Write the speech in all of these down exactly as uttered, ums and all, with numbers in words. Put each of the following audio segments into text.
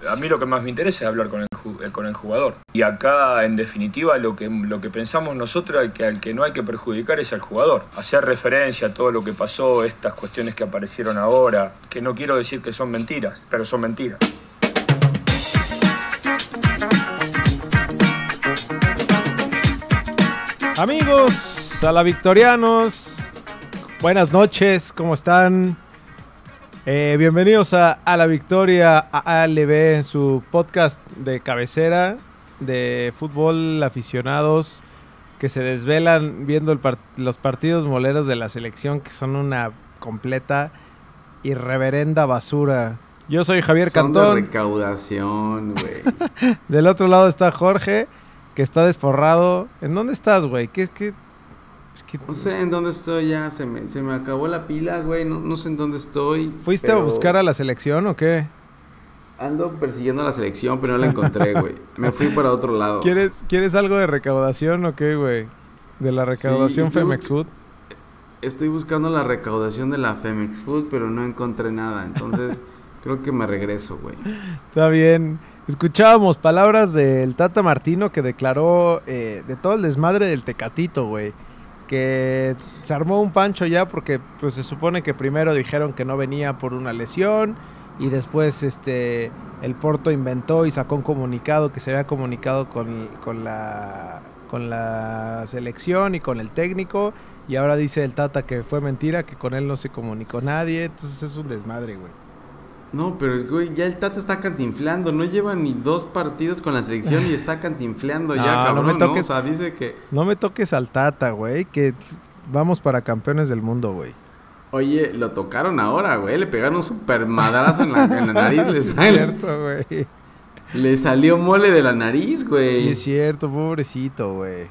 A mí lo que más me interesa es hablar con el, con el jugador. Y acá, en definitiva, lo que, lo que pensamos nosotros es que al que no hay que perjudicar es al jugador. Hacer referencia a todo lo que pasó, estas cuestiones que aparecieron ahora, que no quiero decir que son mentiras, pero son mentiras. Amigos, a la Victorianos, buenas noches, ¿cómo están? Eh, bienvenidos a, a la Victoria A L B, su podcast de cabecera de fútbol aficionados que se desvelan viendo el part- los partidos moleros de la selección, que son una completa y reverenda basura. Yo soy Javier Son Cantón. de recaudación, güey. Del otro lado está Jorge, que está desforrado. ¿En dónde estás, güey? ¿Qué, qué? Es que... No sé en dónde estoy ya, se me, se me acabó la pila, güey, no, no sé en dónde estoy. ¿Fuiste a buscar a la selección o qué? Ando persiguiendo a la selección, pero no la encontré, güey. Me fui para otro lado. ¿Quieres, ¿Quieres algo de recaudación o qué, güey? De la recaudación sí, Femex Food. Estoy buscando la recaudación de la Femex Food, pero no encontré nada, entonces creo que me regreso, güey. Está bien. Escuchábamos palabras del Tata Martino, que declaró eh, de todo el desmadre del Tecatito, güey. Que se armó un pancho ya porque pues se supone que primero dijeron que no venía por una lesión y después este el Porto inventó y sacó un comunicado que se había comunicado con, con la con la selección y con el técnico, y ahora dice el Tata que fue mentira, que con él no se comunicó nadie. Entonces es un desmadre, güey. No, pero güey, ya el Tata está cantinflando, no lleva ni dos partidos con la selección y está cantinfleando ya, No, cabrón, no me toques, ¿no? O sea, dice que... No me toques al Tata, güey, que vamos para campeones del mundo, güey. Oye, lo tocaron ahora, güey, le pegaron un super madrazo en la, en la nariz. Le Sí, es sal... cierto, güey. Le salió mole de la nariz, güey. Sí, es cierto, pobrecito, güey.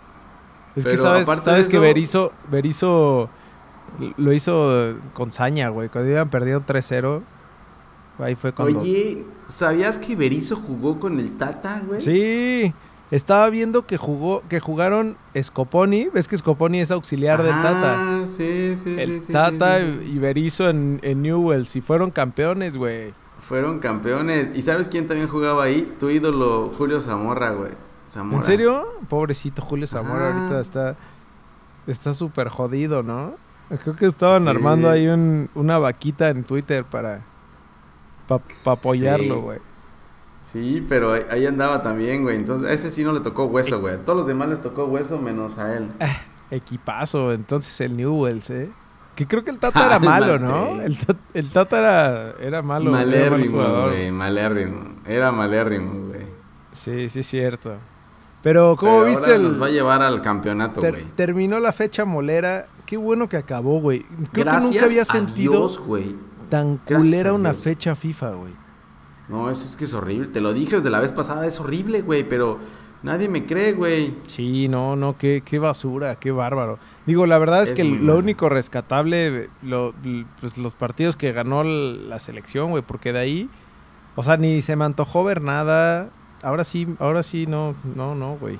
Es Pero que sabes, aparte sabes de que eso... Berizzo, Berizzo lo hizo con saña, güey. Cuando iban perdiendo tres cero, ahí fue cuando... Oye, ¿sabías que Berizzo jugó con el Tata, güey? Sí, estaba viendo que jugó, que jugaron Scoponi. ¿Ves que Scoponi es auxiliar Ajá, del Tata? Ah, sí, sí, El sí. Tata sí, sí, sí. y Berizzo en, en Newell's, y fueron campeones, güey. Fueron campeones. ¿Y sabes quién también jugaba ahí? Tu ídolo, Julio Zamora, güey. Zamora. ¿En serio? Pobrecito Julio Zamora, Ajá. ahorita está está súper jodido, ¿no? Creo que estaban Sí. armando ahí un, una vaquita en Twitter para pa, pa apoyarlo, güey. Sí. sí, pero ahí, ahí andaba también, güey. Entonces, a ese sí no le tocó hueso, güey. A todos los demás les tocó hueso menos a él. Equipazo, entonces el Newell's, ¿eh? Que creo que el Tata era malo, ¿no? El, el Tata era, era malo. Malérrimo, era güey, malérrimo. Era malérrimo, güey. Sí, sí es cierto. Pero, ¿cómo Pero viste ahora el...? nos va a llevar al campeonato, ter, güey. Terminó la fecha molera. Qué bueno que acabó, güey. Creo Gracias que nunca había a sentido Dios, güey. tan Gracias culera a una Dios. fecha FIFA, güey. No, eso es que es horrible. Te lo dije desde la vez pasada, es horrible, güey. Pero nadie me cree, güey. Sí, no, no, qué, qué basura, qué bárbaro. Digo, la verdad es, es que lo malo. Único rescatable, lo, pues los partidos que ganó la selección, güey, porque de ahí, o sea, ni se me antojó ver nada. Ahora sí, ahora sí, no, no, no, güey.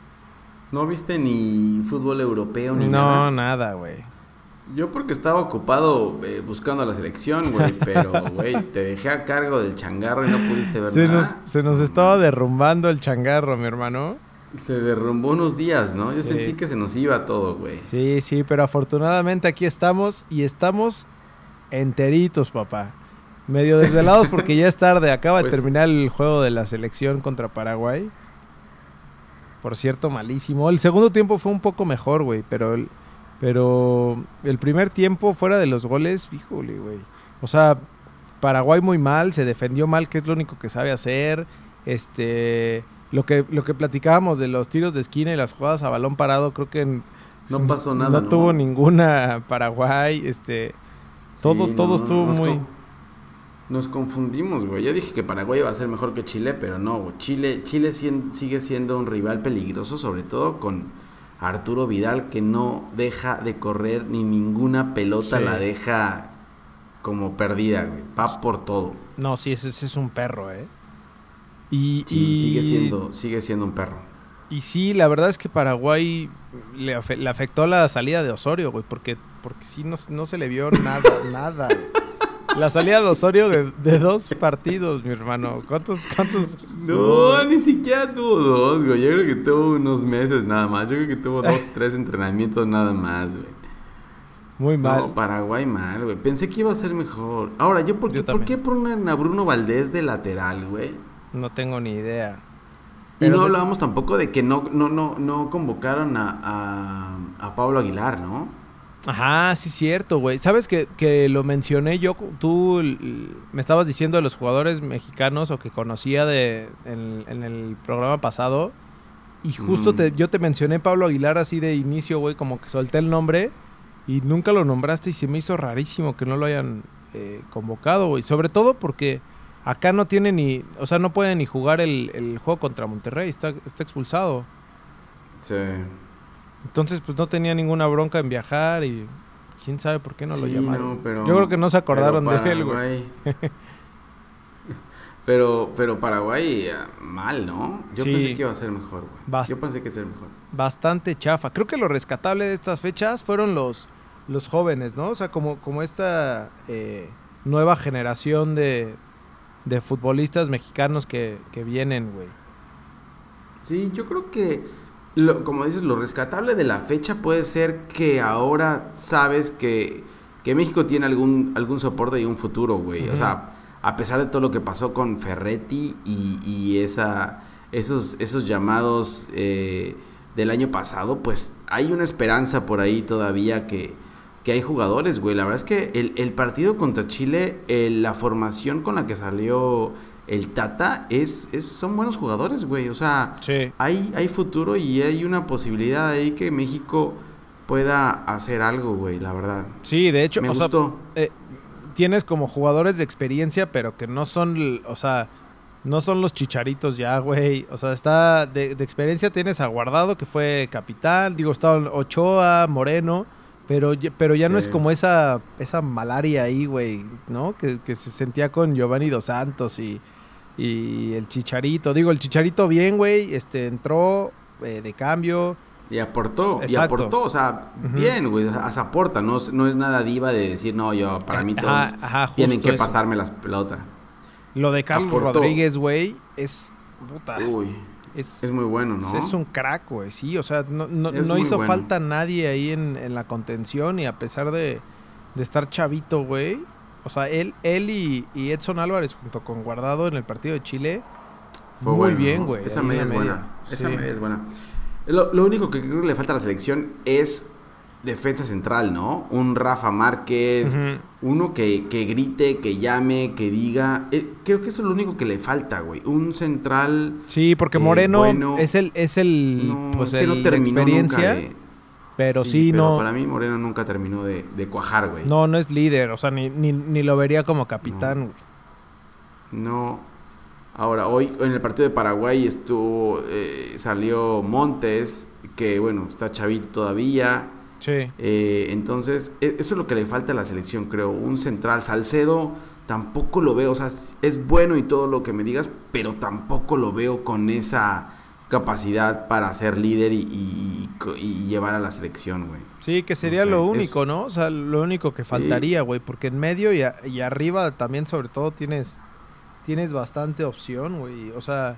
¿No viste ni fútbol europeo ni no, nada? No, nada, güey. Yo porque estaba ocupado eh, buscando a la selección, güey, pero, güey, te dejé a cargo del changarro y no pudiste ver se nada. Nos, se nos estaba derrumbando el changarro, mi hermano. Se derrumbó unos días, ¿no? Yo sí. sentí que se nos iba todo, güey. Sí, sí, pero afortunadamente aquí estamos y estamos enteritos, papá. Medio desvelados porque ya es tarde. Acaba pues, de terminar el juego de la selección contra Paraguay. Por cierto, malísimo. El segundo tiempo fue un poco mejor, güey, pero el, pero el primer tiempo fuera de los goles, híjole, güey. O sea, Paraguay muy mal, se defendió mal, que es lo único que sabe hacer. Este, lo que lo que platicábamos de los tiros de esquina y las jugadas a balón parado, creo que en, no pasó nada, no, no tuvo ninguna Paraguay, este, todo sí, todo no, estuvo nos muy con, nos confundimos, güey. Yo dije que Paraguay iba a ser mejor que Chile, pero no, güey. Chile Chile sigue siendo un rival peligroso, sobre todo con Arturo Vidal, que no deja de correr ni ninguna pelota sí. la deja como perdida, güey. Va por todo. No, sí, ese, ese es un perro, ¿eh? Y, sí, y sigue siendo sigue siendo un perro. Y sí, la verdad es que Paraguay le, afe- le afectó la salida de Osorio, güey, porque porque sí no, no se le vio nada, nada. La salida de Osorio de, de dos partidos, mi hermano. ¿Cuántos, cuántos? No, ni siquiera tuvo dos, güey. Yo creo que tuvo unos meses nada más. Yo creo que tuvo dos, tres entrenamientos nada más, güey. Muy mal. No, Paraguay mal, güey. Pensé que iba a ser mejor. Ahora, ¿yo por qué, Yo ¿por qué ponen a Bruno Valdés de lateral, güey? No tengo ni idea. Y Pero no de... hablábamos tampoco de que no, no, no, no convocaron a, a, a Pablo Aguilar, ¿no? Ajá, sí, cierto, güey. ¿Sabes que, que lo mencioné yo? Tú me estabas diciendo de los jugadores mexicanos o que conocía de en, en el programa pasado. Y justo mm. te, yo te mencioné Pablo Aguilar así de inicio, güey, como que solté el nombre y nunca lo nombraste y se me hizo rarísimo que no lo hayan eh, convocado, güey. Sobre todo porque acá no tiene ni... O sea, no puede ni jugar el, el juego contra Monterrey. Está, está expulsado. Sí. Entonces, pues no tenía ninguna bronca en viajar y quién sabe por qué no sí, lo llamaron. No, pero, yo creo que no se acordaron de él, güey. pero, pero Paraguay, mal, ¿no? Yo sí. pensé que iba a ser mejor, güey. Bast- yo pensé que iba a ser mejor. Bastante chafa. Creo que lo rescatable de estas fechas fueron los, los jóvenes, ¿no? O sea, como, como esta eh, nueva generación de, de futbolistas mexicanos que, que vienen, güey. Sí, yo creo que... Lo, como dices, lo rescatable de la fecha puede ser que ahora sabes que, que México tiene algún, algún soporte y un futuro, güey. Uh-huh. O sea, a pesar de todo lo que pasó con Ferretti y, y esa, esos, esos llamados eh, del año pasado, pues hay una esperanza por ahí todavía que, que hay jugadores, güey. La verdad es que el, el partido contra Chile, eh, la formación con la que salió... El Tata es, es son buenos jugadores, güey. O sea, sí. hay, hay futuro y hay una posibilidad ahí que México pueda hacer algo, güey, la verdad. Sí, de hecho, me o gustó. Sea, eh, tienes como jugadores de experiencia, pero que no son, o sea, no son los chicharitos ya, güey. O sea, está de, de experiencia tienes a Guardado, que fue capitán. Digo, está Ochoa, Moreno. Pero, pero ya sí. no es como esa, esa malaria ahí, güey, ¿no? Que, que se sentía con Giovanni Dos Santos y... Y el Chicharito, digo, el Chicharito bien, güey, este, entró eh, de cambio. Y aportó, Exacto. y aportó, o sea, uh-huh. bien, güey, hasta aporta, no, no es nada diva de decir, no, yo, para mí todos ajá, ajá, tienen que eso. pasarme la pelota. Lo de Carlos aportó. Rodríguez, güey, es, puta. Uy, es, es muy bueno, ¿no? Es un crack, güey, sí, o sea, no, no, no hizo bueno. falta nadie ahí en, en la contención y a pesar de, de estar chavito, güey. O sea, él, él y, y Edson Álvarez junto con Guardado en el partido de Chile. Fue muy bueno, bien, ¿no? güey. Esa media es media. buena. Sí. Esa media es buena. Lo, lo único que creo que le falta a la selección es defensa central, ¿no? Un Rafa Márquez, uh-huh. uno que, que grite, que llame, que diga. Eh, creo que eso es lo único que le falta, güey. Un central. Sí, porque Moreno eh, bueno. es el, es el, no, pues es que el no terminó experiencia. Nunca de, Pero sí, sí pero no. Para mí Moreno nunca terminó de, de cuajar, güey. No, no es líder, o sea, ni, ni, ni lo vería como capitán, güey. No. no. Ahora, hoy en el partido de Paraguay estuvo, eh, salió Montes, que bueno, está chavito todavía. Sí. Eh, entonces, eso es lo que le falta a la selección, creo. Un central. Salcedo tampoco lo veo, o sea, es bueno y todo lo que me digas, pero tampoco lo veo con esa capacidad para ser líder y, y, y llevar a la selección, güey. Sí, que sería no sé, lo único, es... ¿no? O sea, lo único que faltaría, güey, sí. porque en medio y, a, y arriba también, sobre todo, tienes tienes bastante opción, güey. O sea,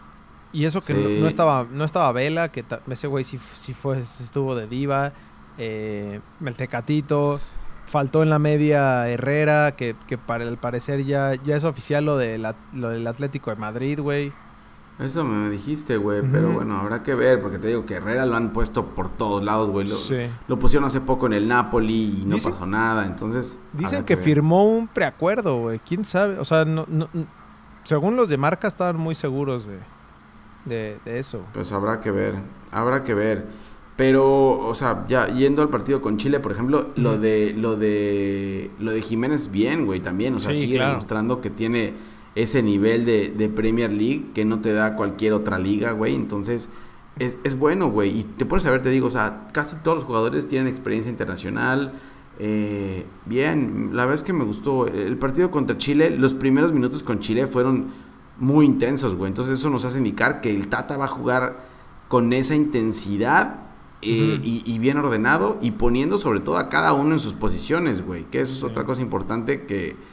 y eso que sí. no, no estaba no estaba Vela, que ta- ese güey sí, sí fue estuvo de diva, eh, el Tecatito, faltó en la media Herrera, que, que para el parecer ya, ya es oficial lo, de la, lo del Atlético de Madrid, güey. Eso me dijiste, güey, uh-huh. pero bueno, habrá que ver, porque te digo que Herrera lo han puesto por todos lados, güey. Lo, sí. lo pusieron hace poco en el Napoli y no dicen, pasó nada, entonces... Dicen que, que firmó un preacuerdo, güey, quién sabe, o sea, no, no, según los de marca estaban muy seguros de, de, de eso. Pues habrá que ver, habrá que ver. Pero, o sea, ya yendo al partido con Chile, por ejemplo, uh-huh. lo de lo de lo de Jiménez bien, güey, también, o sea, sí, sigue claro. demostrando que tiene ese nivel de, de Premier League que no te da cualquier otra liga, güey. Entonces, es, es bueno, güey. Y te puedes saber, te digo, o sea, casi todos los jugadores tienen experiencia internacional. Eh, bien, la verdad es que me gustó. El partido contra Chile, los primeros minutos con Chile fueron muy intensos, güey. Entonces, eso nos hace indicar que el Tata va a jugar con esa intensidad eh, uh-huh. y, y bien ordenado y poniendo sobre todo a cada uno en sus posiciones, güey. Que eso sí. es otra cosa importante que...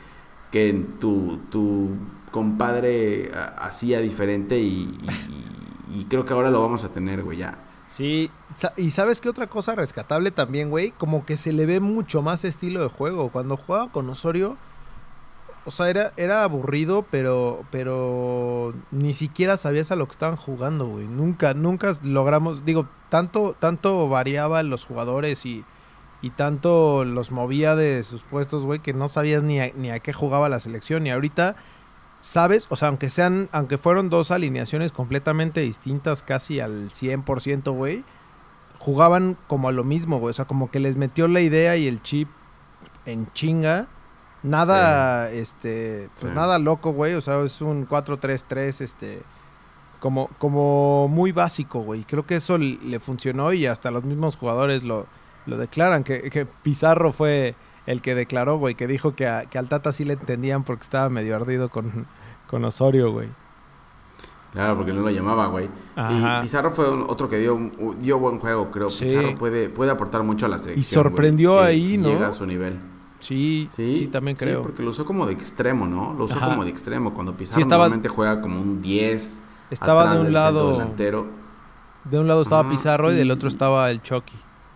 que tu, tu compadre hacía diferente y, y, y creo que ahora lo vamos a tener, güey, ya. Sí, y ¿sabes qué otra cosa rescatable también, güey? Como que se le ve mucho más estilo de juego. Cuando jugaba con Osorio, o sea, era, era aburrido, pero pero ni siquiera sabías a lo que estaban jugando, güey. Nunca, nunca logramos, digo, tanto, tanto variaban los jugadores y, y tanto los movía de sus puestos, güey, que no sabías ni a, ni a qué jugaba la selección. Y ahorita sabes, o sea, aunque sean, aunque fueron dos alineaciones completamente distintas, casi al cien por ciento, güey, jugaban como a lo mismo, güey. O sea, como que les metió la idea y el chip en chinga. Nada, sí. este, pues sí. nada loco, güey. O sea, es un cuatro tres tres, este, como, como muy básico, güey. Creo que eso le funcionó y hasta los mismos jugadores lo, lo declaran. Que, que Pizarro fue el que declaró, güey, que dijo que, a, que al Tata sí le entendían porque estaba medio ardido con, con Osorio, güey. Claro, porque no lo llamaba, güey. Y Pizarro fue otro que dio, dio buen juego, creo. Sí. Pizarro puede, puede aportar mucho a la selección. Y sorprendió güey, ahí, si ¿no? Llega a su nivel. Sí, sí, sí, también creo. Sí, porque lo usó como de extremo, ¿no? Lo usó Ajá. como de extremo. Cuando Pizarro sí, estaba, normalmente juega como un diez. Estaba de un lado. Delantero. De un lado estaba Ajá, Pizarro y, y del otro estaba el Chucky.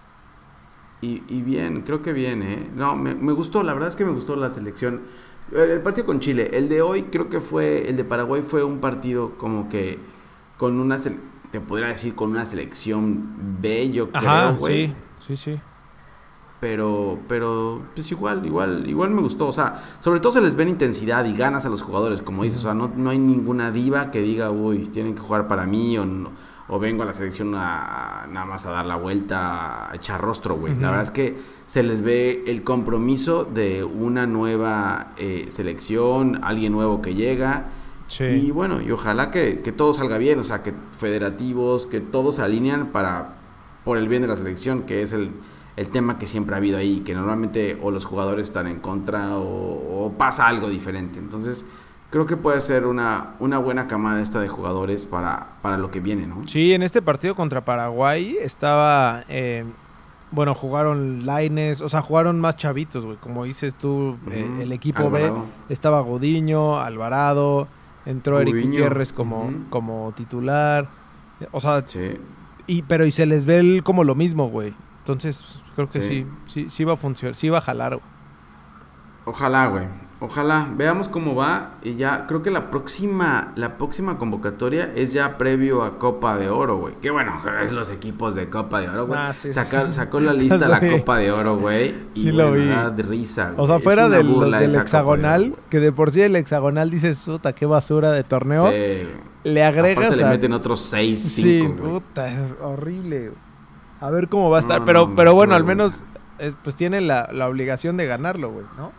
Y, y bien, creo que bien, ¿eh? No, me, me gustó, la verdad es que me gustó la selección. El partido con Chile, el de hoy creo que fue, el de Paraguay fue un partido como que con una, te podría decir, con una selección B, yo Ajá, creo, güey. Sí, sí, sí. Pero, pero, pues igual, igual, igual me gustó. O sea, sobre todo se les ven intensidad y ganas a los jugadores, como dices. O sea, no, no hay ninguna diva que diga, uy, tienen que jugar para mí o, no, o vengo a la selección a, a, nada más a dar la vuelta, a echar rostro, güey. Uh-huh. La verdad es que se les ve el compromiso de una nueva eh, selección, alguien nuevo que llega. Sí. Y bueno, y ojalá que, que todo salga bien. O sea, que federativos, que todos se alinean para, por el bien de la selección, que es el... el tema que siempre ha habido ahí, que normalmente o los jugadores están en contra o, o pasa algo diferente. Entonces, creo que puede ser una, una buena camada esta de jugadores para, para lo que viene, ¿no? Sí, en este partido contra Paraguay estaba... Eh, bueno, jugaron Lainez, o sea, jugaron más chavitos, güey. Como dices tú, uh-huh. eh, el equipo Alvarado. B estaba Gudiño, Alvarado, entró Gudiño. Eric Gutiérrez como, uh-huh. como titular. O sea, sí. y, pero y se les ve el, como lo mismo, güey. Entonces, creo que sí, sí, sí, sí va a funcionar, sí va a jalar. Ojalá, güey. Ojalá. Veamos cómo va. Y ya, creo que la próxima, la próxima convocatoria es ya previo a Copa de Oro, güey. Que bueno, es los equipos de Copa de Oro, güey. Ah, sí, Sacar, sí. Sacó la lista la Copa de Oro, güey. Y sí lo vi. Da de risa, güey. O sea, fuera del, los del hexagonal, que de por sí el hexagonal dices, puta, qué basura de torneo. Sí. Le agregas. Aparte a... le meten otros seis, cinco, Sí, güey. puta, es horrible, güey. A ver cómo va a estar, no, pero no, pero bueno, no, al menos eh, pues tiene la, la obligación de ganarlo, güey, ¿no?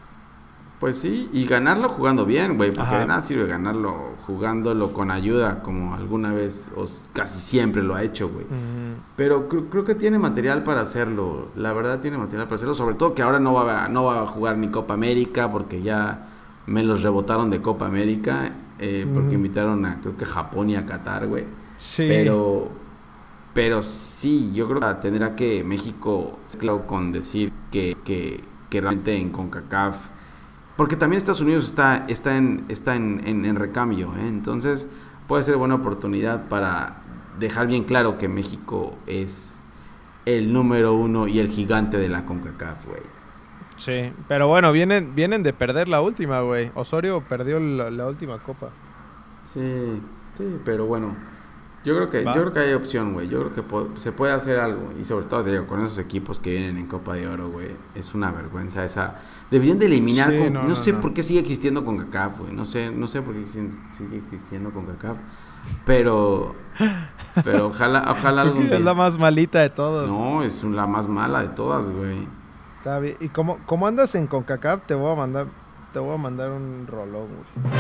Pues sí, y ganarlo jugando bien, güey, porque Ajá. de nada sirve ganarlo jugándolo con ayuda, como alguna vez o casi siempre lo ha hecho, güey. Uh-huh. Pero cr- creo que tiene material para hacerlo, la verdad tiene material para hacerlo, sobre todo que ahora no va a, no va a jugar ni Copa América, porque ya me los rebotaron de Copa América, eh, uh-huh. porque invitaron a, creo que Japón y a Qatar, güey. Sí. Pero... Pero sí, yo creo que tendrá que México, claro, con decir que, que, que realmente en CONCACAF, porque también Estados Unidos está, está, en, está en, en, en recambio, ¿eh? Entonces puede ser buena oportunidad para dejar bien claro que México es el número uno y el gigante de la CONCACAF, güey. Sí, pero bueno, vienen, vienen de perder la última, güey. Osorio perdió la, la última copa. Sí, sí, pero bueno... Yo creo que, yo creo que hay opción, güey. Yo creo que po- se puede hacer algo. Y sobre todo, digo, con esos equipos que vienen en Copa de Oro, güey. Es una vergüenza esa. Deberían de eliminar. Sí, con, no, no, no sé no. por qué sigue existiendo CONCACAF, güey. No sé, no sé por qué sigue existiendo CONCACAF. Pero, pero ojalá, ojalá algún día. Es la más malita de todas. No, es la más mala de todas, güey. Está bien. Y como, como andas en CONCACAF, te voy a mandar, te voy a mandar un rolón, güey.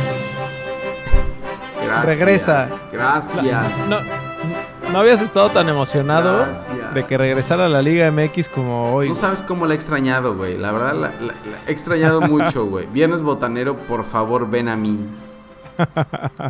Gracias, regresa. Gracias. No, no, no habías estado tan emocionado Gracias. de que regresara a la Liga M X como hoy. No sabes cómo la he extrañado, güey. La verdad, la, la, la he extrañado mucho, güey. Viernes Botanero, por favor, ven a mí.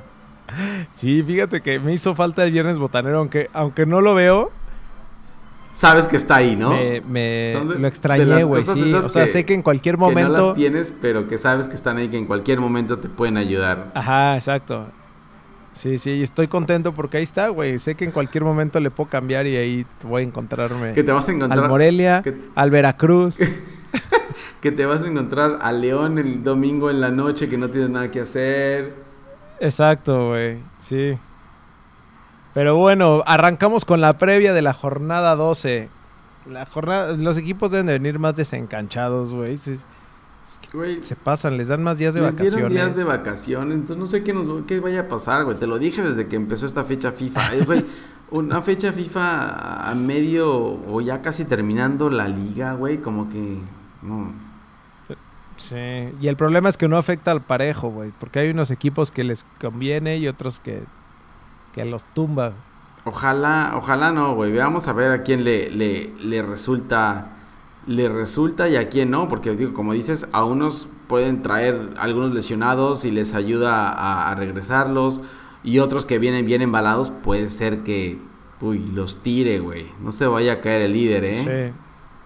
Sí, fíjate que me hizo falta el Viernes Botanero, aunque, aunque no lo veo. sabes que está ahí, ¿no? Me, me lo extrañé, güey, sí. O sea, que, sé que en cualquier momento... Que no las tienes, pero que sabes que están ahí, que en cualquier momento te pueden ayudar. Ajá, exacto. Sí, sí, y estoy contento porque ahí está, güey. Sé que en cualquier momento le puedo cambiar y ahí voy a encontrarme... Que te vas a encontrar... Al Morelia, que, al Veracruz. Que te vas a encontrar al León el domingo en la noche que no tienes nada que hacer. Exacto, güey, sí. Pero bueno, arrancamos con la previa de la jornada doce. La jornada, los equipos deben de venir más desencanchados, güey. Se, se pasan, les dan más días de les vacaciones. Les dieron días de vacaciones, entonces no sé qué, nos, qué vaya a pasar, güey. Te lo dije desde que empezó esta fecha FIFA. Es, güey, una fecha FIFA a medio o ya casi terminando la liga, güey, como que... No. Sí, y el problema es que no afecta al parejo, güey. Porque hay unos equipos que les conviene y otros que... que los tumba. Ojalá, ojalá no, güey. Vamos a ver a quién le, le, le resulta, le resulta y a quién no, porque digo, como dices, a unos pueden traer algunos lesionados y les ayuda a, a regresarlos, y otros que vienen bien embalados puede ser que, uy, los tire, güey. No se vaya a caer el líder, ¿eh? Sí.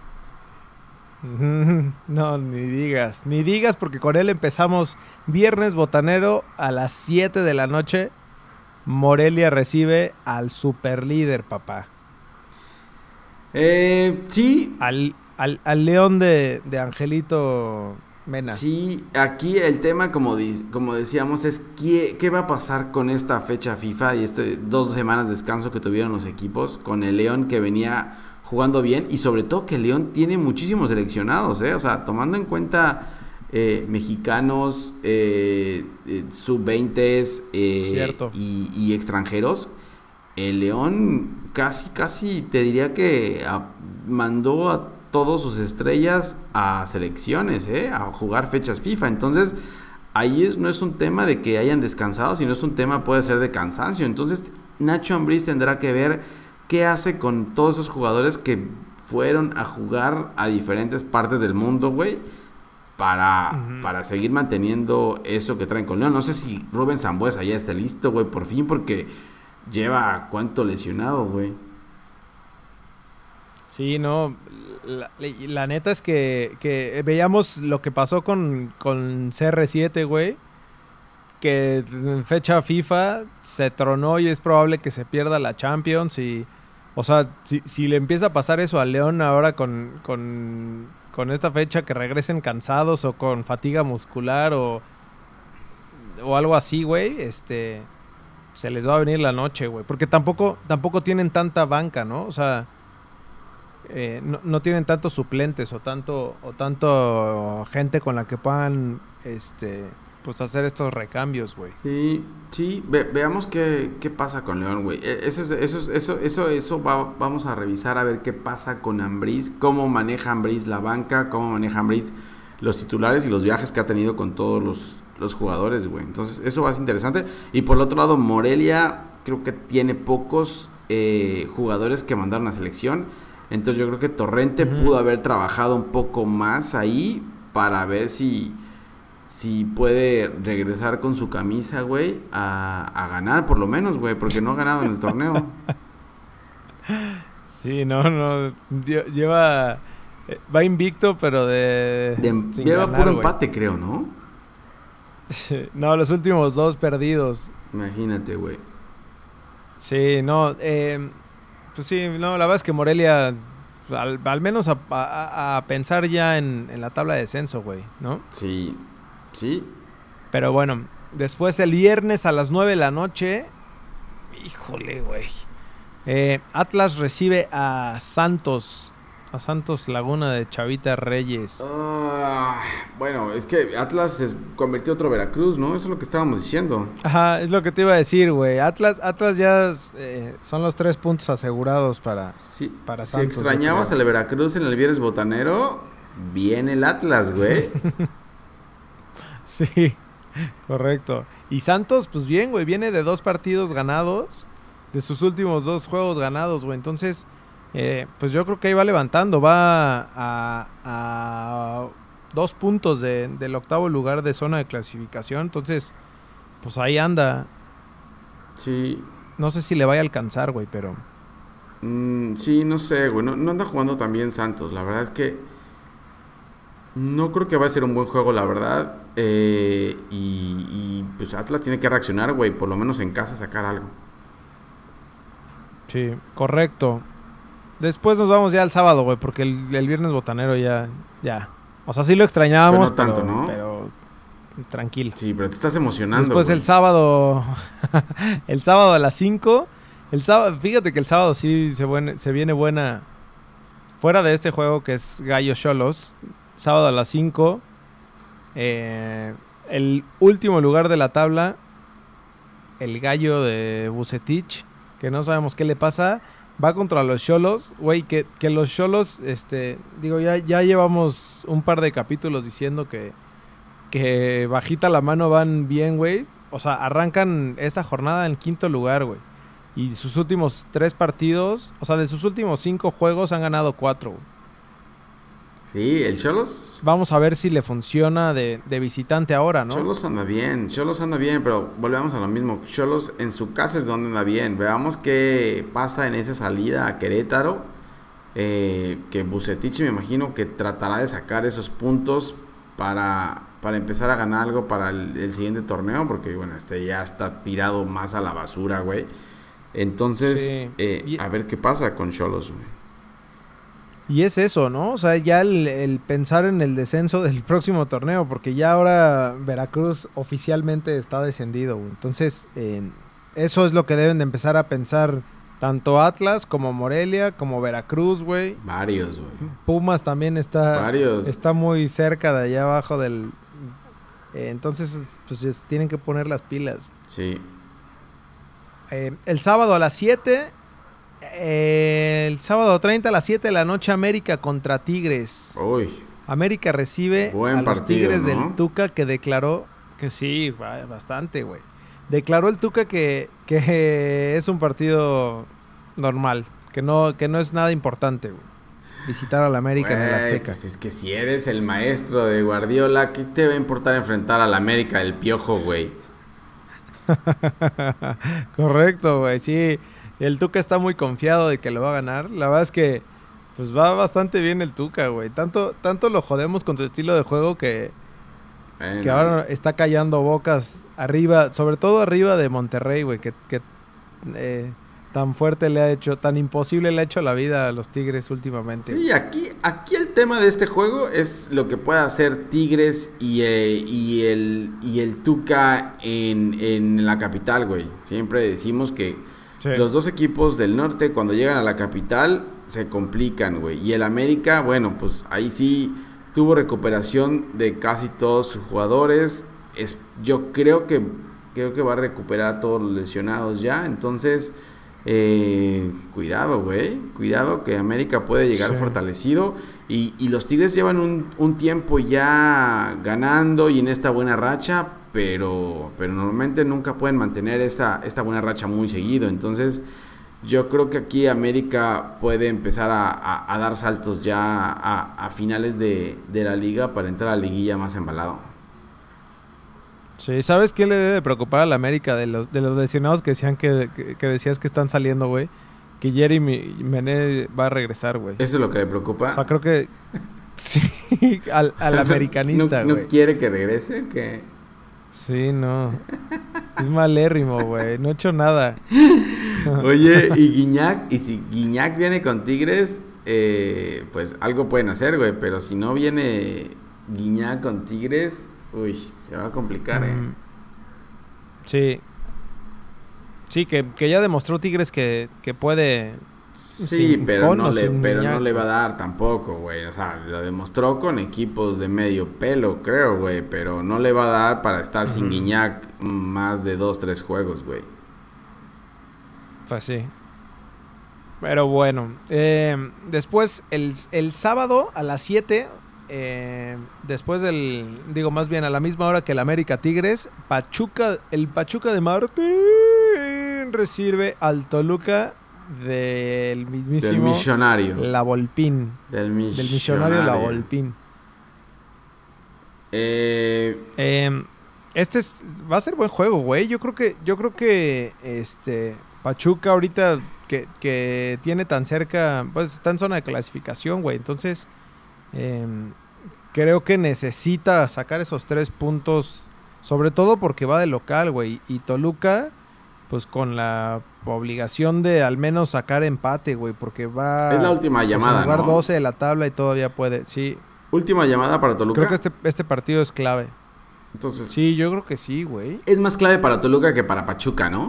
No, ni digas, ni digas, porque con él empezamos viernes botanero a las siete de la noche. Morelia recibe al superlíder, papá. Eh, sí. Al, al, al León de, de Angelito Mena. Sí, aquí el tema, como, di, como decíamos, es qué, qué va a pasar con esta fecha FIFA y este dos semanas de descanso que tuvieron los equipos, con el León que venía jugando bien, y sobre todo que el León tiene muchísimos seleccionados, ¿eh? O sea, tomando en cuenta... Eh, mexicanos, eh, eh, sub veinte eh, y, y extranjeros, el León casi, casi te diría que a, mandó a todas sus estrellas a selecciones, eh, a jugar fechas FIFA. Entonces, ahí es, no es un tema de que hayan descansado, sino es un tema, puede ser de cansancio. Entonces, Nacho Ambriz tendrá que ver qué hace con todos esos jugadores que fueron a jugar a diferentes partes del mundo, güey. Para, uh-huh. para seguir manteniendo eso que traen con León. No sé si Rubén Sambuesa ya está listo, güey, por fin, porque lleva cuánto lesionado, güey. Sí, no, la, la neta es que, que veíamos lo que pasó con, con C R siete, güey, que en fecha FIFA se tronó y es probable que se pierda la Champions. Y, o sea, si, si le empieza a pasar eso a León ahora con... con con esta fecha, que regresen cansados o con fatiga muscular o, o algo así, güey, este, se les va a venir la noche, güey. Porque tampoco, tampoco tienen tanta banca, ¿no? O sea, eh, no, no tienen tantos suplentes o tanto, o tanto gente con la que puedan, este, pues hacer estos recambios, güey. Sí, sí, Ve, veamos qué, qué pasa con León, güey. Eso, es, eso, es, eso, eso, eso va, vamos a revisar a ver qué pasa con Ambriz, cómo maneja Ambriz la banca, cómo maneja Ambriz los titulares y los viajes que ha tenido con todos los, los jugadores, güey. Entonces, eso va a ser interesante. Y por el otro lado, Morelia creo que tiene pocos eh, jugadores que mandaron a selección. Entonces, yo creo que Torrente uh-huh. pudo haber trabajado un poco más ahí para ver si... si puede regresar con su camisa, güey, a, a ganar por lo menos, güey, porque no ha ganado en el torneo. Sí, no, no, lleva, va invicto, pero de... de lleva ganar, puro güey. Empate, creo, ¿no? No, los últimos dos perdidos. Imagínate, güey. Sí, no, eh, pues sí, no, la verdad es que Morelia, al, al menos a, a, a pensar ya en, en la tabla de descenso, güey, ¿no? Sí. Sí. Pero bueno, después el viernes a las nueve de la noche, híjole, güey. Eh, Atlas recibe a Santos, a Santos Laguna de Chavita Reyes. Uh, bueno, es que Atlas se convirtió en otro Veracruz, ¿no? Eso es lo que estábamos diciendo. Ajá, es lo que te iba a decir, güey. Atlas, Atlas ya eh, son los tres puntos asegurados para, sí, para Santos. Si extrañabas al Veracruz en el viernes botanero, viene el Atlas, güey. Sí, correcto. Y Santos, pues bien, güey, viene de dos partidos ganados, de sus últimos dos juegos ganados, güey. Entonces, eh, pues yo creo que ahí va levantando, va a, a dos puntos de, del octavo lugar de zona de clasificación. Entonces, pues ahí anda. Sí. No sé si le vaya a alcanzar, güey, pero... Mm, sí, no sé, güey. No, no anda jugando tan bien Santos. La verdad es que no creo que va a ser un buen juego, la verdad. Eh, y, y pues Atlas tiene que reaccionar, güey. Por lo menos en casa sacar algo. Sí, correcto. Después nos vamos ya al sábado, güey, porque el, el viernes botanero ya, ya. O sea, sí lo extrañábamos, pero no tanto, pero, ¿no? pero tranquilo. Sí, pero te estás emocionando. Después güey. el sábado, el sábado a las cinco. El sábado, fíjate que el sábado sí se, buen, se viene buena. Fuera de este juego que es Gallo Xolos, sábado a las cinco. Eh, el último lugar de la tabla, el Gallo de Vucetich, que no sabemos qué le pasa, va contra los Xolos. Güey, que, que los Xolos, este, digo, ya, ya llevamos un par de capítulos diciendo que, que bajita la mano van bien, güey. O sea, arrancan esta jornada en quinto lugar, güey. Y sus últimos tres partidos, o sea, de sus últimos cinco juegos han ganado cuatro, güey. Sí, el Xolos. Vamos a ver si le funciona de, de visitante ahora, ¿no? Xolos anda bien, Xolos anda bien, pero volvemos a lo mismo. Xolos en su casa es donde anda bien. Veamos qué pasa en esa salida a Querétaro. Eh, que Vucetich me imagino que tratará de sacar esos puntos para, para empezar a ganar algo para el, el siguiente torneo, porque bueno, este ya está tirado más a la basura, güey. Entonces, Sí. eh, Y- a ver qué pasa con Xolos, güey. Y es eso, ¿no? O sea, ya el, el pensar en el descenso del próximo torneo, porque ya ahora Veracruz oficialmente está descendido, güey. Entonces, eh, eso es lo que deben de empezar a pensar tanto Atlas como Morelia, como Veracruz, güey. Varios, güey. Pumas también está, Varios. está muy cerca de allá abajo del... eh, entonces, pues es- tienen que poner las pilas. Sí. Eh, el sábado a las siete... eh, el sábado treinta a las siete de la noche, América contra Tigres. Uy. América recibe Buen a los partido, Tigres ¿no? del Tuca, que declaró que sí, ba- bastante, güey. Declaró el Tuca que, que es un partido normal, que no, que no es nada importante, güey. Visitar a la América en el Güey, Azteca. pues es que si eres el maestro de Guardiola, ¿qué te va a importar enfrentar al América del Piojo, güey? Correcto, güey, sí. El Tuca está muy confiado de que lo va a ganar. La verdad es que pues va bastante bien el Tuca, güey. Tanto, tanto lo jodemos con su estilo de juego que, Bueno, que ahora está callando bocas arriba, sobre todo arriba de Monterrey, güey, que, que eh, tan fuerte le ha hecho, tan imposible le ha hecho la vida a los Tigres últimamente. Sí, aquí, aquí el tema de este juego es lo que puede hacer Tigres y, eh, y, el, y el Tuca en, en la capital, güey. Siempre decimos que Sí. los dos equipos del norte cuando llegan a la capital se complican, güey. Y el América, bueno, pues ahí sí tuvo recuperación de casi todos sus jugadores. Es, yo creo que, creo que va a recuperar a todos los lesionados ya. Entonces, eh, cuidado, güey. Cuidado que América puede llegar Sí. fortalecido. Y, y los Tigres llevan un, un tiempo ya ganando y en esta buena racha. Pero, pero normalmente nunca pueden mantener esta, esta buena racha muy seguido. Entonces, yo creo que aquí América puede empezar a, a, a dar saltos ya a, a finales de, de la liga para entrar a la liguilla más embalado. Sí, ¿sabes qué le debe de preocupar a la América de los, de los lesionados que decían que, que, que decías que están saliendo, güey? Que Jeremy Mené va a regresar, güey. Eso es lo que le preocupa. O sea, creo que sí, al, al americanista, ¿No, güey. no quiere que regrese? ¿Qué? Sí, no. Es malérrimo, güey. No he hecho nada. Oye, y Guiñac, y si Guiñac viene con Tigres, eh, pues algo pueden hacer, güey. Pero si no viene Guiñac con Tigres, uy, se va a complicar, eh. Mm. Sí. Sí, que, que ya demostró Tigres que, que puede... Sí, sin pero, con no o le, sin pero no Guiñac. le va a dar tampoco, güey. O sea, lo demostró con equipos de medio pelo, creo, güey. Pero no le va a dar para estar sin Ujú. Guiñac más de dos, tres juegos, güey. Pues sí. Pero bueno. eh, después, el, el sábado a las siete, eh, después del... Digo, más bien a la misma hora que el América Tigres, Pachuca, el Pachuca de Martín recibe al Toluca del mismísimo... Del millonario. La Volpín. Del millonario. Del millonario La Volpín. Eh, Eh, este es, va a ser buen juego, güey. Yo creo que, yo creo que, este, Pachuca ahorita que, que tiene tan cerca, pues está en zona de clasificación, güey. Entonces, eh, creo que necesita sacar esos tres puntos, sobre todo porque va de local, güey. Y Toluca, pues con la obligación de al menos sacar empate, güey, porque va... Es la última llamada, pues, a jugar ¿no? doce de la tabla y todavía puede, sí. Última llamada para Toluca. Creo que este, este partido es clave. Entonces, Sí, yo creo que sí, güey. es más clave para Toluca que para Pachuca, ¿no?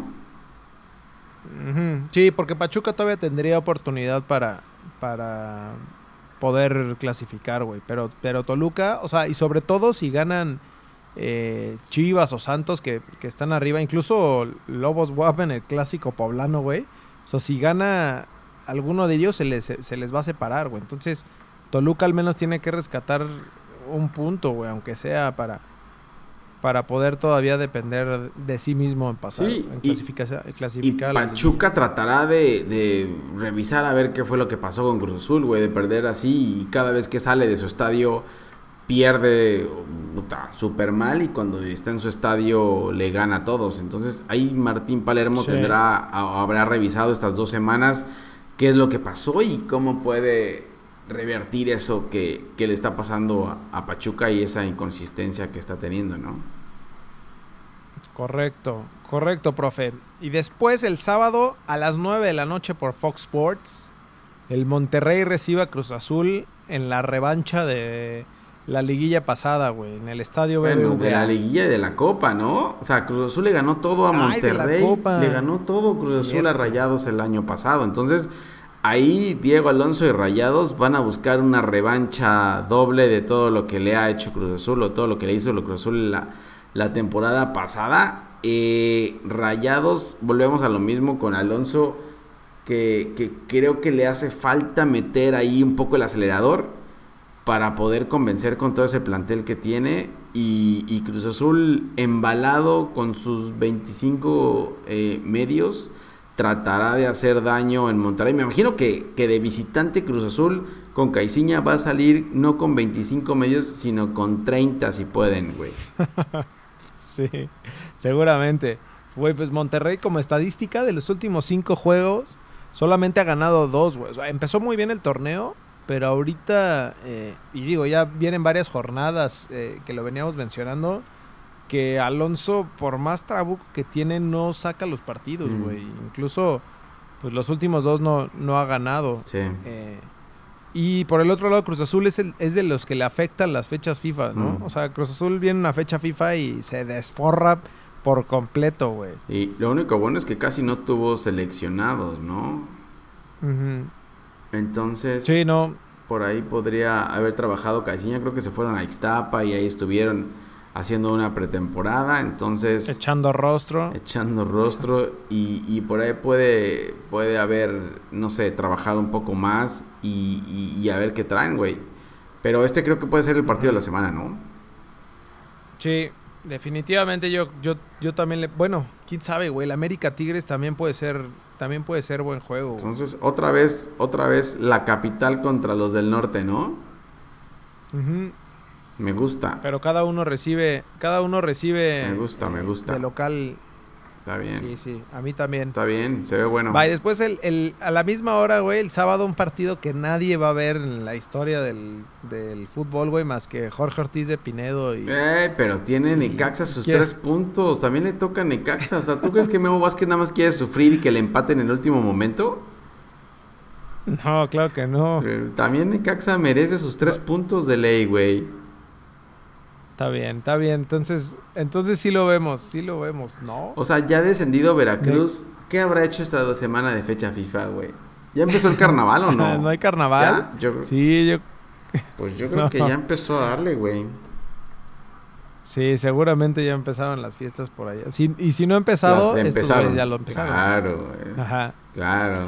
Ujú. Sí, porque Pachuca todavía tendría oportunidad para, para poder clasificar, güey. Pero, pero Toluca, o sea, y sobre todo si ganan eh, Chivas o Santos que, que están arriba, incluso Lobos W A P en el clásico poblano, güey. O sea, si gana alguno de ellos se les, se les va a separar, güey. Entonces, Toluca al menos tiene que rescatar un punto, güey, aunque sea para... para poder todavía depender de sí mismo en pasar, Sí, en y- clasificar, Y clasificar a la Pachuca tratará de, de revisar a ver qué fue lo que pasó con Cruz Azul, güey, de perder así y cada vez que sale de su estadio pierde puta, súper mal y cuando está en su estadio le gana a todos. Entonces ahí Martín Palermo Sí. tendrá, a- habrá revisado estas dos semanas qué es lo que pasó y cómo puede revertir eso que, que le está pasando a, a Pachuca y esa inconsistencia que está teniendo, ¿no? Correcto, correcto, profe. Y después el sábado a las nueve de la noche por Fox Sports, el Monterrey recibe a Cruz Azul en la revancha de la liguilla pasada, güey, en el estadio B B V A. Bueno, de la liguilla y de la Copa, ¿no? O sea, Cruz Azul le ganó todo a Ay, de la Monterrey. Copa. Le ganó todo Cruz Azul a Cierto. Rayados el año pasado. Entonces, ahí Diego Alonso y Rayados van a buscar una revancha doble de todo lo que le ha hecho Cruz Azul o todo lo que le hizo Cruz Azul la, la temporada pasada. Eh, Rayados, volvemos a lo mismo con Alonso, que, que creo que le hace falta meter ahí un poco el acelerador para poder convencer con todo ese plantel que tiene y, y Cruz Azul embalado con sus veinticinco eh, medios tratará de hacer daño en Monterrey. Me imagino que, que de visitante Cruz Azul con Caixinha va a salir no con veinticinco medios sino con treinta si pueden, güey. Sí, seguramente. Güey, pues Monterrey como estadística de los últimos cinco juegos solamente ha ganado dos, güey. O sea, empezó muy bien el torneo, pero ahorita, eh, y digo, ya vienen varias jornadas eh, que lo veníamos mencionando, que Alonso, por más trabuco que tiene, no saca los partidos, Mm. güey. Incluso, pues los últimos dos no, no ha ganado. Sí. Eh, y por el otro lado, Cruz Azul es, el, es de los que le afectan las fechas FIFA, ¿no? Mm. O sea, Cruz Azul viene una fecha FIFA y se desforra por completo, güey. Y lo único bueno es que casi no tuvo seleccionados, ¿no? Ujú. Entonces, Sí, no. por ahí podría haber trabajado Caixinha. Creo que se fueron a Ixtapa y ahí estuvieron haciendo una pretemporada. Entonces, Echando rostro. echando rostro y, y por ahí puede, puede haber, no sé, trabajado un poco más y, y, y a ver qué traen, güey. Pero este creo que puede ser el partido de la semana, ¿no? Sí, definitivamente yo, yo, yo también le... Bueno, quién sabe, güey. El América Tigres también puede ser... También puede ser buen juego, güey. Entonces, otra vez, otra vez la capital contra los del norte, ¿no? Ujú. Me gusta. Pero cada uno recibe... Cada uno recibe... Me gusta, me gusta. De local... Está bien. Sí, sí. A mí también. Está bien, se ve bueno. Va, y después el, el, a la misma hora, güey, el sábado un partido que nadie va a ver en la historia del, del fútbol, güey, más que Jorge Ortiz de Pinedo y... Eh, pero tiene y- Necaxa sus ¿quién? tres puntos. También le toca a Necaxa. O sea, ¿tú crees que Memo Vázquez nada más quiere sufrir y que le empaten en el último momento? No, claro que no. Eh, También Necaxa merece sus tres puntos de ley, güey. Está bien, está bien. Entonces, entonces sí lo vemos, sí lo vemos, ¿no? O sea, ya descendido Veracruz, ¿qué habrá hecho esta semana de fecha FIFA, güey? ¿Ya empezó el carnaval o no? ¿No hay carnaval? ¿Ya? Yo, Sí, yo... Pues yo creo No. que ya empezó a darle, güey. Sí, seguramente ya empezaron las fiestas por allá. Si- y si no ha empezado, Las estos empezaron. güeyes ya lo empezaron. Claro, güey. Ajá. Claro.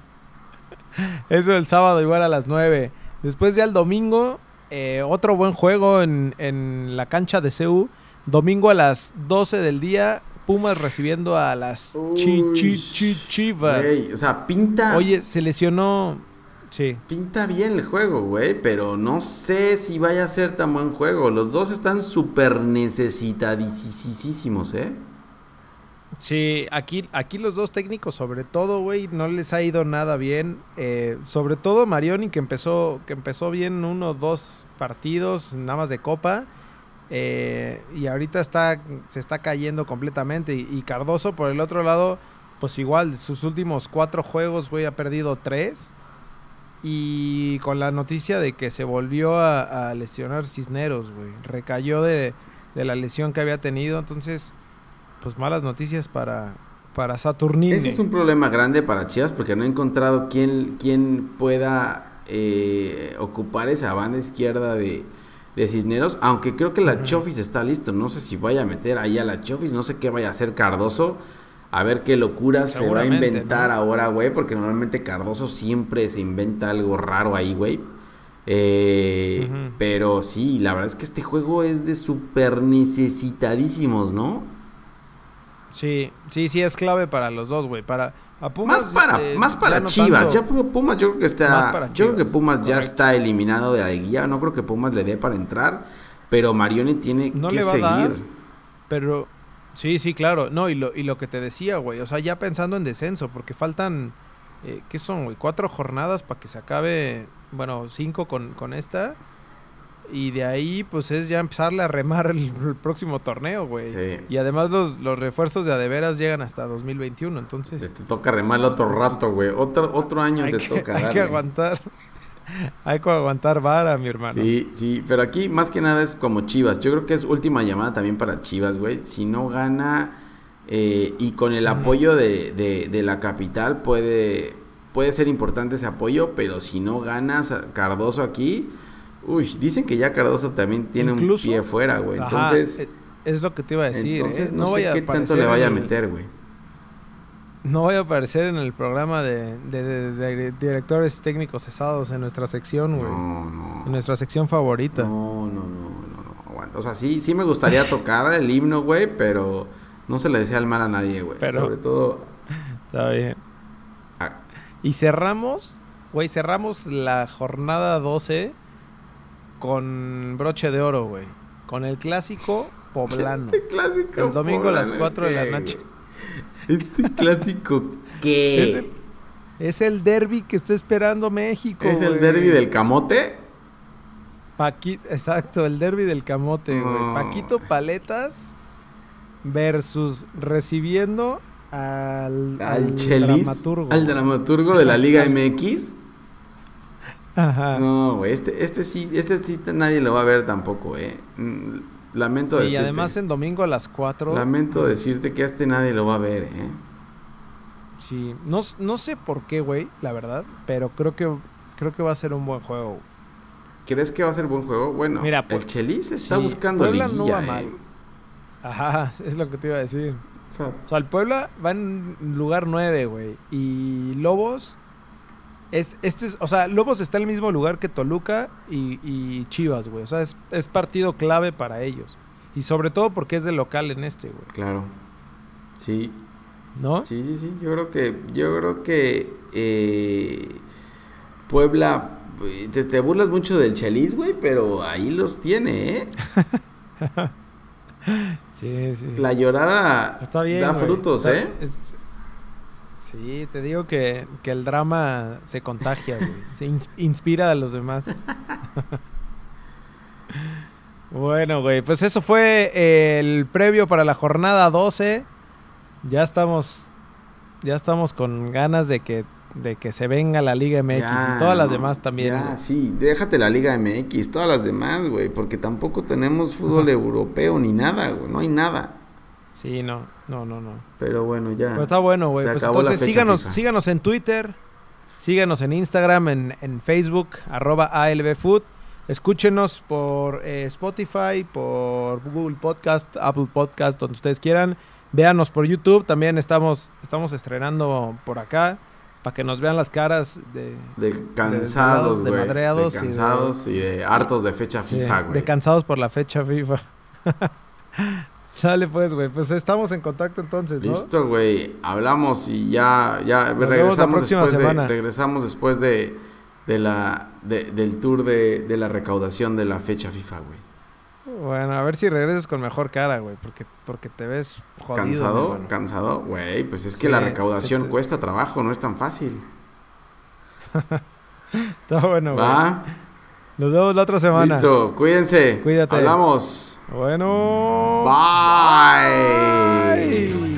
Eso el sábado igual a las nueve. Después ya el domingo, eh, otro buen juego en, en la cancha de C U. Domingo a las doce del día, Pumas recibiendo a las chi, chi, chi, Chivas. Güey, o sea, pinta... Oye, se lesionó... Sí. Pinta bien el juego, güey, pero no sé si vaya a ser tan buen juego. Los dos están súper necesitadísimos, ¿eh? Sí, aquí, aquí los dos técnicos, sobre todo, güey, no les ha ido nada bien. Eh, sobre todo Marioni, que empezó, que empezó bien uno o dos partidos, nada más de Copa. Eh, y ahorita está, se está cayendo completamente. Y, y Cardoso, por el otro lado, pues igual, sus últimos cuatro juegos, güey, ha perdido tres. Y con la noticia de que se volvió a, a lesionar Cisneros, güey. Recayó de, de la lesión que había tenido, entonces... Pues malas noticias para, para Saturnine. Ese es un problema grande para Chivas porque no he encontrado quién, quién pueda eh, ocupar esa banda izquierda de, de Cisneros, aunque creo que la uh-huh. Chofis está listo. No sé si vaya a meter ahí a la Chofis, no sé qué vaya a hacer Cardoso. A ver qué locura se va a inventar, ¿no? Ahora, güey, porque normalmente Cardoso siempre se inventa algo raro ahí, güey. Eh, uh-huh. Pero sí, la verdad es que este juego es de súper necesitadísimos, ¿no? Sí, sí, sí, es clave para los dos, güey. Para a Pumas, más para, eh, más para no Chivas. Ya Pumas, yo creo que está. Yo creo que Pumas correcto. Ya está eliminado de la liguilla. No creo que Pumas le dé para entrar. Pero Marioni tiene no que le va seguir. A dar, pero sí, sí, claro. No, y lo, y lo que te decía, güey. O sea, ya pensando en descenso, porque faltan. Eh, ¿Qué son, güey? Cuatro jornadas para que se acabe. Bueno, cinco con, con esta. Y de ahí, pues, es ya empezarle a remar el, el próximo torneo, güey. Sí. Y además los, los refuerzos de adeveras llegan hasta dos mil veintiuno, entonces... Te toca remar el otro rato, güey. Otro, otro año te que, toca Hay darle. que aguantar. Hay que aguantar vara, mi hermano. Sí, sí. Pero aquí, más que nada, es como Chivas. Yo creo que es última llamada también para Chivas, güey. Si no gana... Eh, y con el apoyo de, de, de la capital puede, puede ser importante ese apoyo. Pero si no ganas Cardoso aquí... Uy, dicen que ya Cardoso también tiene ¿Incluso? un pie fuera, güey. Entonces, ajá, es lo que te iba a decir. Entonces, ¿eh? no, no sé qué tanto le vaya a meter, güey. No vaya a aparecer en el programa de, de, de, de directores técnicos cesados en nuestra sección, güey. No, no. En nuestra sección favorita. No, no, no, no, no. O sea, sí, sí me gustaría tocar el himno, güey, pero no se le desea el mal a nadie, güey. Pero sobre todo... Está bien. Ah. Y cerramos, güey, cerramos la jornada doce... con broche de oro, güey. Con el clásico poblano. Este clásico el domingo poblano, a las cuatro de la noche. Este clásico, ¿qué? Es el, es el derbi que está esperando México, ¿Es güey. el derbi del camote? Paqui... Exacto, el derbi del camote, güey. No. Paquito Paletas versus recibiendo al, al, al Chelis, dramaturgo. Al dramaturgo de la Liga M X. Ajá. No, güey, este, este sí, este sí nadie lo va a ver tampoco, eh. Lamento sí, decirte. Sí, además en domingo a las cuatro. Lamento decirte que este nadie lo va a ver, eh. Sí, no, no sé por qué, güey, la verdad, pero creo que creo que va a ser un buen juego. ¿Crees que va a ser buen juego? Bueno, mira, el Chelis está sí, buscando Puebla liguilla, no va eh. mal. Ajá, es lo que te iba a decir. O sea, o sea, el Puebla va en lugar nueve, güey, y Lobos Es, este es, o sea, Lobos está en el mismo lugar que Toluca y, y Chivas, güey. O sea, es, es partido clave para ellos. Y sobre todo porque es de local en este, güey. Claro. Sí. ¿No? Sí, sí, sí. Yo creo que, yo creo que eh, Puebla, te, te burlas mucho del Chelis, güey, pero ahí los tiene, ¿eh? Sí, sí. La llorada está bien, da güey. frutos, Está, ¿eh? Es, sí, te digo que, que el drama se contagia, güey. Se in, inspira a los demás. Bueno, güey, pues eso fue el previo para la jornada doce. Ya estamos ya estamos con ganas de que de que se venga la Liga M X ya, y todas las no, demás también. Ya, güey. sí, déjate la Liga M X, todas las demás, güey, porque tampoco tenemos fútbol Ajá. europeo ni nada, güey, no hay nada. Sí, no, no, no, no. Pero bueno, ya. Pues está bueno, güey. Pues entonces síganos, FIFA. síganos en Twitter, síganos en Instagram, en, en Facebook, arroba A L B Food. Escúchenos por eh, Spotify, por Google Podcast, Apple Podcast, donde ustedes quieran. Véanos por YouTube, también estamos, estamos estrenando por acá, para que nos vean las caras de... De cansados, de, güey. De, madreados. De cansados y de, y de hartos de fecha sí, FIFA, güey. De cansados por la fecha FIFA. Sale pues, güey. Pues estamos en contacto entonces, ¿no? Listo, güey. Hablamos y ya, ya Nos regresamos la próxima después semana. De, regresamos después de, de la de, del tour de, de la recaudación de la fecha FIFA, güey. Bueno, a ver si regresas con mejor cara, güey, porque, porque te ves jodido. ¿Cansado? ¿Cansado? Güey, pues es que sí, la recaudación te... cuesta trabajo, no es tan fácil. Está bueno, güey. Va. Nos vemos la otra semana. Listo, cuídense. Cuídate. Hablamos. Bueno. Bye. Bye.